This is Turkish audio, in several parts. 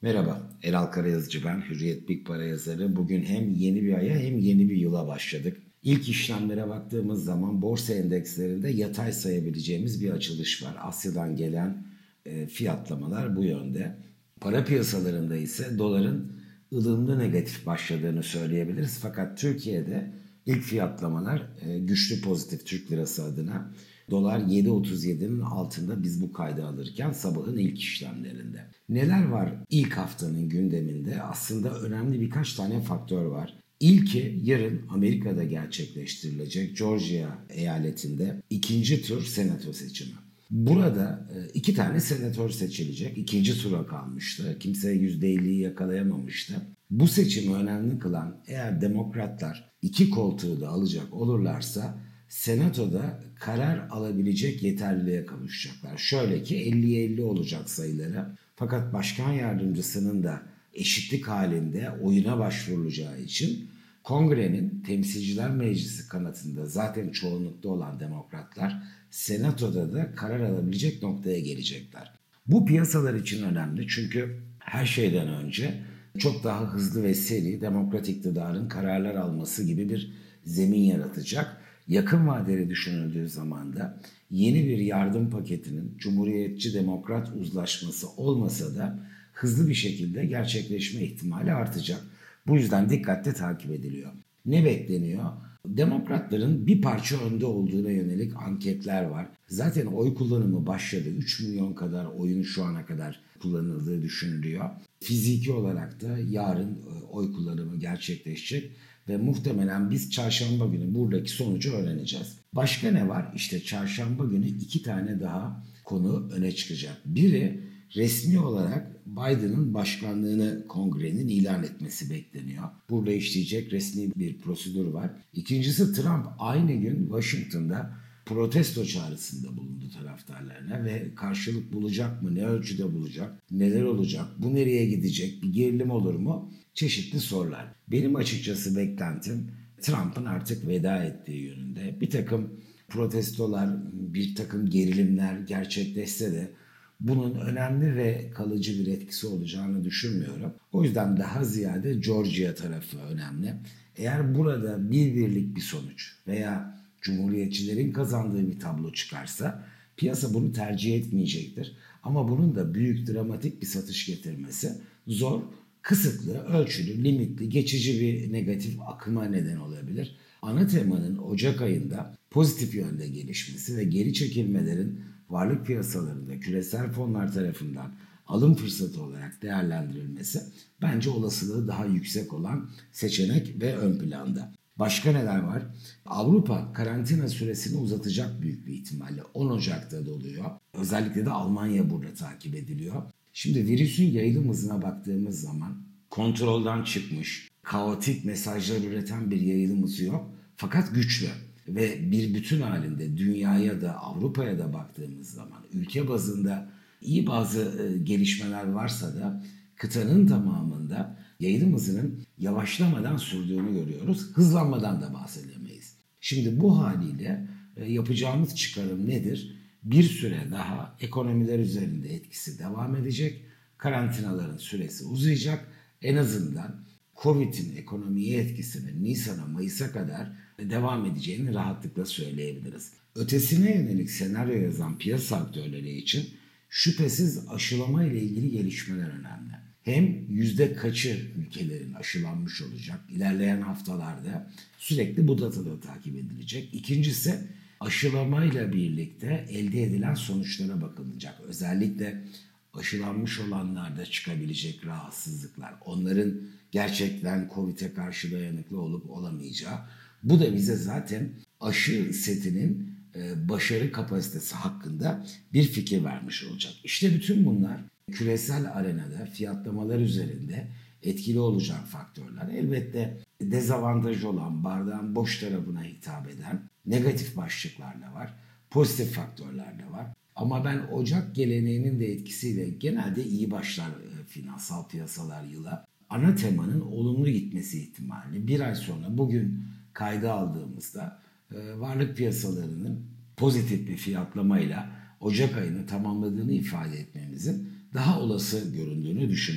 Merhaba, Eral Karayazıcı ben, Hürriyet Big Para yazarı. Bugün hem yeni bir aya hem yeni bir yıla başladık. İlk işlemlere baktığımız zaman borsa endekslerinde yatay sayabileceğimiz bir açılış var. Asya'dan gelen fiyatlamalar bu yönde. Para piyasalarında ise doların ılımlı negatif başladığını söyleyebiliriz. Fakat Türkiye'de ilk fiyatlamalar güçlü pozitif Türk lirası adına. Dolar 7.37'nin altında biz bu kaydı alırken sabahın ilk işlemlerinde. Neler var ilk haftanın gündeminde? Aslında önemli birkaç tane faktör var. İlki yarın Amerika'da gerçekleştirilecek Georgia eyaletinde ikinci tur senato seçimi. Burada iki tane senatör seçilecek. İkinci tura kalmıştı. Kimse %50'yi yakalayamamıştı. Bu seçimi önemli kılan eğer demokratlar iki koltuğu da alacak olurlarsa Senato'da karar alabilecek yeterliliğe kavuşacaklar. Şöyle ki 50'ye 50 olacak sayıları. Fakat başkan yardımcısının da eşitlik halinde oyuna başvurulacağı için Kongre'nin Temsilciler Meclisi kanatında zaten çoğunlukta olan demokratlar Senato'da da karar alabilecek noktaya gelecekler. Bu piyasalar için önemli çünkü her şeyden önce çok daha hızlı ve seri demokrat iktidarın kararlar alması gibi bir zemin yaratacak. Yakın vadeli düşünüldüğü zaman da yeni bir yardım paketinin Cumhuriyetçi Demokrat uzlaşması olmasa da hızlı bir şekilde gerçekleşme ihtimali artacak. Bu yüzden dikkatle takip ediliyor. Ne bekleniyor? Demokratların bir parça önde olduğuna yönelik anketler var. Zaten oy kullanımı başladı. 3 milyon kadar oyun şu ana kadar kullanıldığı düşünülüyor. Fiziki olarak da yarın oy kullanımı gerçekleşecek ve muhtemelen biz çarşamba günü buradaki sonucu öğreneceğiz. Başka ne var? İşte çarşamba günü iki tane daha konu öne çıkacak. Biri resmi olarak Biden'ın başkanlığını Kongre'nin ilan etmesi bekleniyor. Burada işleyecek resmi bir prosedür var. İkincisi Trump aynı gün Washington'da protesto çağrısında bulundu taraftarlarına ve karşılık bulacak mı, ne ölçüde bulacak, neler olacak, bu nereye gidecek, bir gerilim olur mu? Çeşitli sorular. Benim açıkçası beklentim Trump'ın artık veda ettiği yönünde. Bir takım protestolar, bir takım gerilimler gerçekleşse de bunun önemli ve kalıcı bir etkisi olacağını düşünmüyorum. O yüzden daha ziyade Georgia tarafı önemli. Eğer burada bir birlik bir sonuç veya Cumhuriyetçilerin kazandığı bir tablo çıkarsa piyasa bunu tercih etmeyecektir. Ama bunun da büyük dramatik bir satış getirmesi zor, kısıtlı, ölçülü, limitli, geçici bir negatif akıma neden olabilir. Ana temanın Ocak ayında pozitif yönde gelişmesi ve geri çekilmelerin varlık piyasalarında küresel fonlar tarafından alım fırsatı olarak değerlendirilmesi bence olasılığı daha yüksek olan seçenek ve ön planda. Başka neler var? Avrupa karantina süresini uzatacak büyük bir ihtimalle. 10 Ocak'ta doluyor. Özellikle de Almanya burada takip ediliyor. Şimdi virüsün yayılım hızına baktığımız zaman kontrolden çıkmış, kaotik mesajlar üreten bir yayılım hızı yok. Fakat güçlü ve bir bütün halinde dünyaya da Avrupa'ya da baktığımız zaman ülke bazında iyi bazı gelişmeler varsa da kıtanın tamamında yayılım hızının yavaşlamadan sürdüğünü görüyoruz. Hızlanmadan da bahsedemeyiz. Şimdi bu haliyle yapacağımız çıkarım nedir? Bir süre daha ekonomiler üzerinde etkisi devam edecek. Karantinaların süresi uzayacak. En azından Covid'in ekonomiye etkisinin Nisan'a, Mayıs'a kadar devam edeceğini rahatlıkla söyleyebiliriz. Ötesine yönelik senaryo yazan piyasa aktörleri için şüphesiz aşılama ile ilgili gelişmeler önemli. Hem yüzde kaçı ülkelerin aşılanmış olacak ilerleyen haftalarda sürekli bu datada takip edilecek. İkincisi aşılamayla birlikte elde edilen sonuçlara bakılacak. Özellikle aşılanmış olanlarda çıkabilecek rahatsızlıklar, onların gerçekten COVID'e karşı dayanıklı olup olamayacağı. Bu da bize zaten aşı setinin başarı kapasitesi hakkında bir fikir vermiş olacak. İşte bütün bunlar küresel arenada fiyatlamalar üzerinde etkili olacak faktörler. Elbette dezavantajı olan bardağın boş tarafına hitap eden negatif başlıklar da var. Pozitif faktörler de var. Ama ben Ocak geleneğinin de etkisiyle genelde iyi başlar finansal piyasalar yıla. Ana temanın olumlu gitmesi ihtimali bir ay sonra bugün kayda aldığımızda varlık piyasalarının pozitif bir fiyatlamayla Ocak ayını tamamladığını ifade etmemizin daha olası göründüğünü düşünüyorum.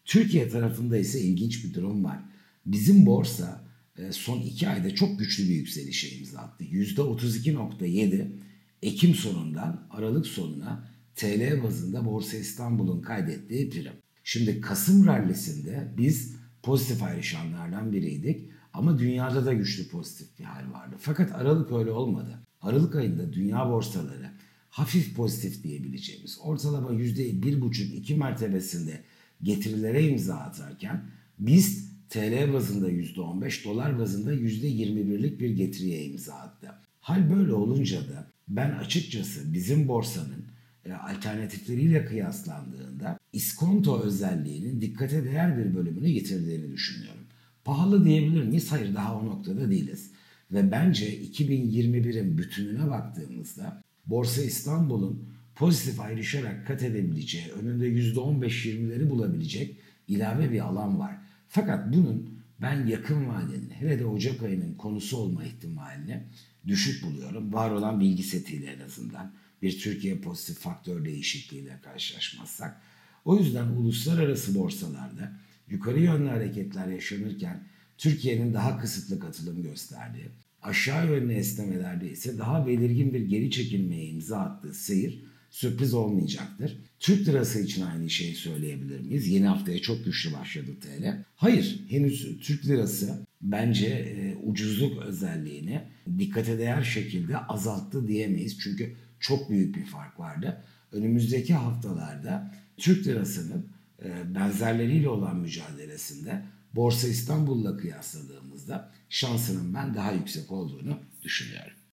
Türkiye tarafında ise ilginç bir durum var. Bizim borsa son 2 ayda çok güçlü bir yükselişe imza attı. %32,7 Ekim sonundan Aralık sonuna TL bazında Borsa İstanbul'un kaydettiği prim. Şimdi Kasım rallisinde biz pozitif ayrışanlardan biriydik ama dünyada da güçlü pozitif bir hal vardı. Fakat Aralık öyle olmadı. Aralık ayında dünya borsaları hafif pozitif diyebileceğimiz ortalama %1,5-2 mertebesinde getirilere imza atarken biz TL bazında %15, dolar bazında %21'lik bir getiriye imza attı. Hal böyle olunca da ben açıkçası bizim borsanın alternatifleriyle kıyaslandığında iskonto özelliğinin dikkate değer bir bölümünü yitirdiğini düşünüyorum. Pahalı diyebilir miyiz? Hayır, daha o noktada değiliz. Ve bence 2021'in bütününe baktığımızda Borsa İstanbul'un pozitif ayrışarak kat edebileceği, önünde %15-20'leri bulabilecek ilave bir alan var. Fakat bunun ben yakın vadenin, hele de Ocak ayının konusu olma ihtimalini düşük buluyorum. Var olan bilgi setiyle en azından bir Türkiye pozitif faktör değişikliğiyle karşılaşmazsak. O yüzden uluslararası borsalarda yukarı yönlü hareketler yaşanırken Türkiye'nin daha kısıtlı katılım gösterdiği, aşağı yönlü esnemelerde ise daha belirgin bir geri çekilmeye imza attığı seyir sürpriz olmayacaktır. Türk lirası için aynı şeyi söyleyebilir miyiz? Yeni haftaya çok güçlü başladı TL. Hayır, henüz Türk lirası bence ucuzluk özelliğini dikkate değer şekilde azalttı diyemeyiz. Çünkü çok büyük bir fark vardı. Önümüzdeki haftalarda Türk lirasının benzerleriyle olan mücadelesinde Borsa İstanbul'la kıyasladığımızda şansının ben daha yüksek olduğunu düşünüyorum.